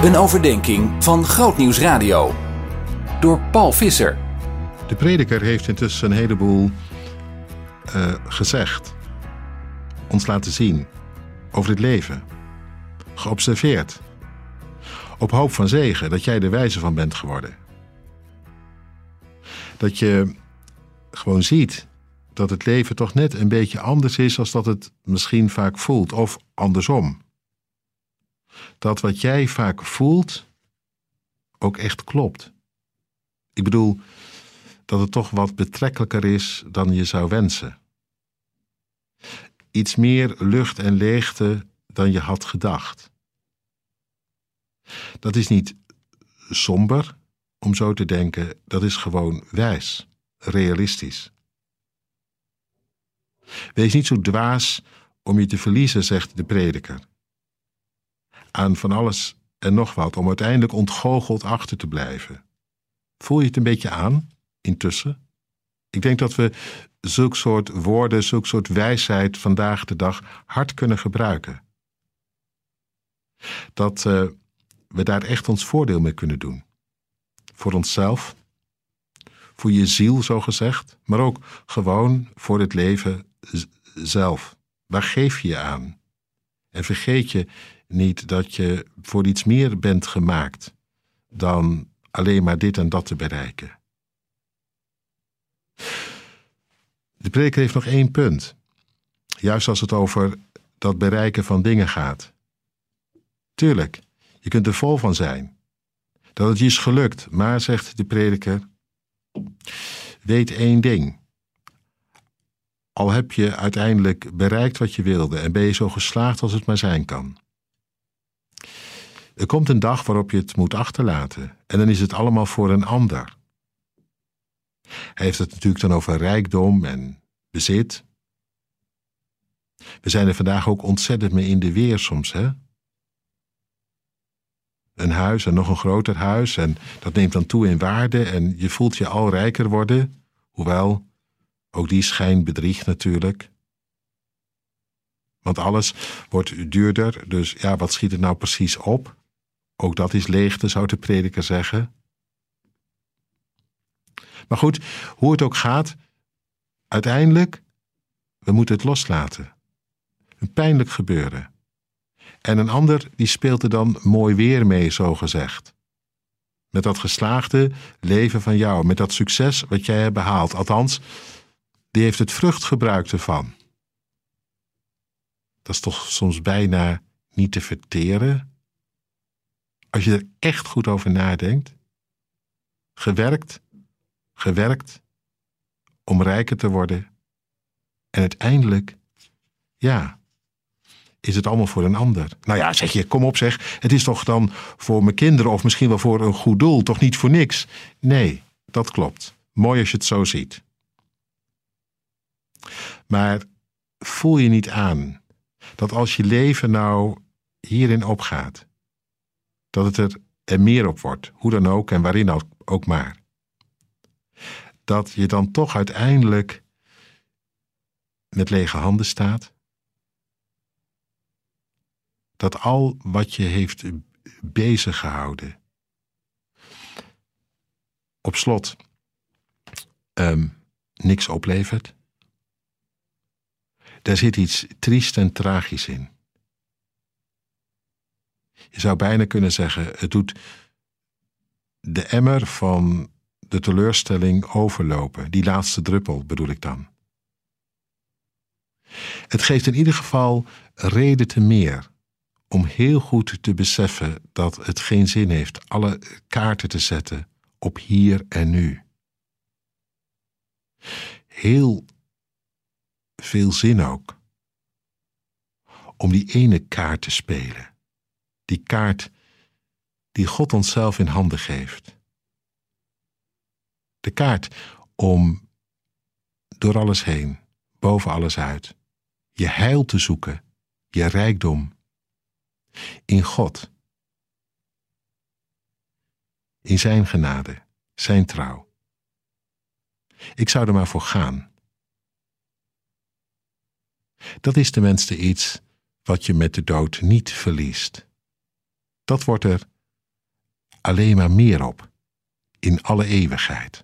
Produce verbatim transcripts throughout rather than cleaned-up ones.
Een overdenking van Grootnieuws Radio. Door Paul Visser. De prediker heeft intussen een heleboel uh, gezegd. Ons laten zien. Over het leven. Geobserveerd. Op hoop van zegen dat jij er wijzer van bent geworden. Dat je gewoon ziet dat het leven toch net een beetje anders is als dat het misschien vaak voelt. Of andersom. Dat wat jij vaak voelt ook echt klopt. Ik bedoel dat het toch wat betrekkelijker is dan je zou wensen. Iets meer lucht en leegte dan je had gedacht. Dat is niet somber om zo te denken, dat is gewoon wijs, realistisch. Wees niet zo dwaas om je te verliezen, zegt de prediker. Aan van alles en nog wat, om uiteindelijk ontgoocheld achter te blijven. Voel je het een beetje aan, intussen? Ik denk dat we zulk soort woorden, zulk soort wijsheid vandaag de dag hard kunnen gebruiken. Dat uh, we daar echt ons voordeel mee kunnen doen. Voor onszelf, voor je ziel zogezegd, maar ook gewoon voor het leven z- zelf. Waar geef je je aan? En vergeet je niet dat je voor iets meer bent gemaakt dan alleen maar dit en dat te bereiken. De prediker heeft nog één punt. Juist als het over dat bereiken van dingen gaat. Tuurlijk, je kunt er vol van zijn. Dat het je is gelukt, maar, zegt de prediker, weet één ding. Al heb je uiteindelijk bereikt wat je wilde en ben je zo geslaagd als het maar zijn kan. Er komt een dag waarop je het moet achterlaten en dan is het allemaal voor een ander. Hij heeft het natuurlijk dan over rijkdom en bezit. We zijn er vandaag ook ontzettend mee in de weer soms, hè? Een huis en nog een groter huis en dat neemt dan toe in waarde en je voelt je al rijker worden, hoewel ook die schijn bedriegt natuurlijk. Want alles wordt duurder, dus ja, wat schiet het nou precies op? Ook dat is leegte, zou de prediker zeggen. Maar goed, hoe het ook gaat, uiteindelijk, we moeten het loslaten. Een pijnlijk gebeuren. En een ander, die speelt er dan mooi weer mee, zogezegd. Met dat geslaagde leven van jou, met dat succes wat jij hebt behaald. Althans, die heeft het vruchtgebruik ervan. Dat is toch soms bijna niet te verteren? Als je er echt goed over nadenkt. Gewerkt, gewerkt, om rijker te worden. En uiteindelijk, ja, is het allemaal voor een ander. Nou ja, zeg je, kom op zeg, het is toch dan voor mijn kinderen of misschien wel voor een goed doel, toch niet voor niks? Nee, dat klopt. Mooi als je het zo ziet. Maar voel je niet aan dat als je leven nou hierin opgaat, dat het er, er meer op wordt, hoe dan ook en waarin ook, ook maar. Dat je dan toch uiteindelijk met lege handen staat. Dat al wat je heeft bezig gehouden, op slot um, niks oplevert. Daar zit iets triest en tragisch in. Je zou bijna kunnen zeggen, het doet de emmer van de teleurstelling overlopen. Die laatste druppel bedoel ik dan. Het geeft in ieder geval reden te meer om heel goed te beseffen dat het geen zin heeft alle kaarten te zetten op hier en nu. Heel veel zin ook om die ene kaart te spelen. Die kaart die God onszelf in handen geeft. De kaart om door alles heen, boven alles uit, je heil te zoeken, je rijkdom, in God. In zijn genade, zijn trouw. Ik zou er maar voor gaan. Dat is tenminste iets wat je met de dood niet verliest. Dat wordt er alleen maar meer op. In alle eeuwigheid.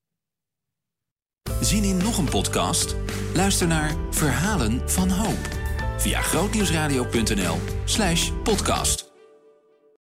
Zin in nog een podcast? Luister naar Verhalen van Hoop via grootnieuwsradio punt n l slash podcast.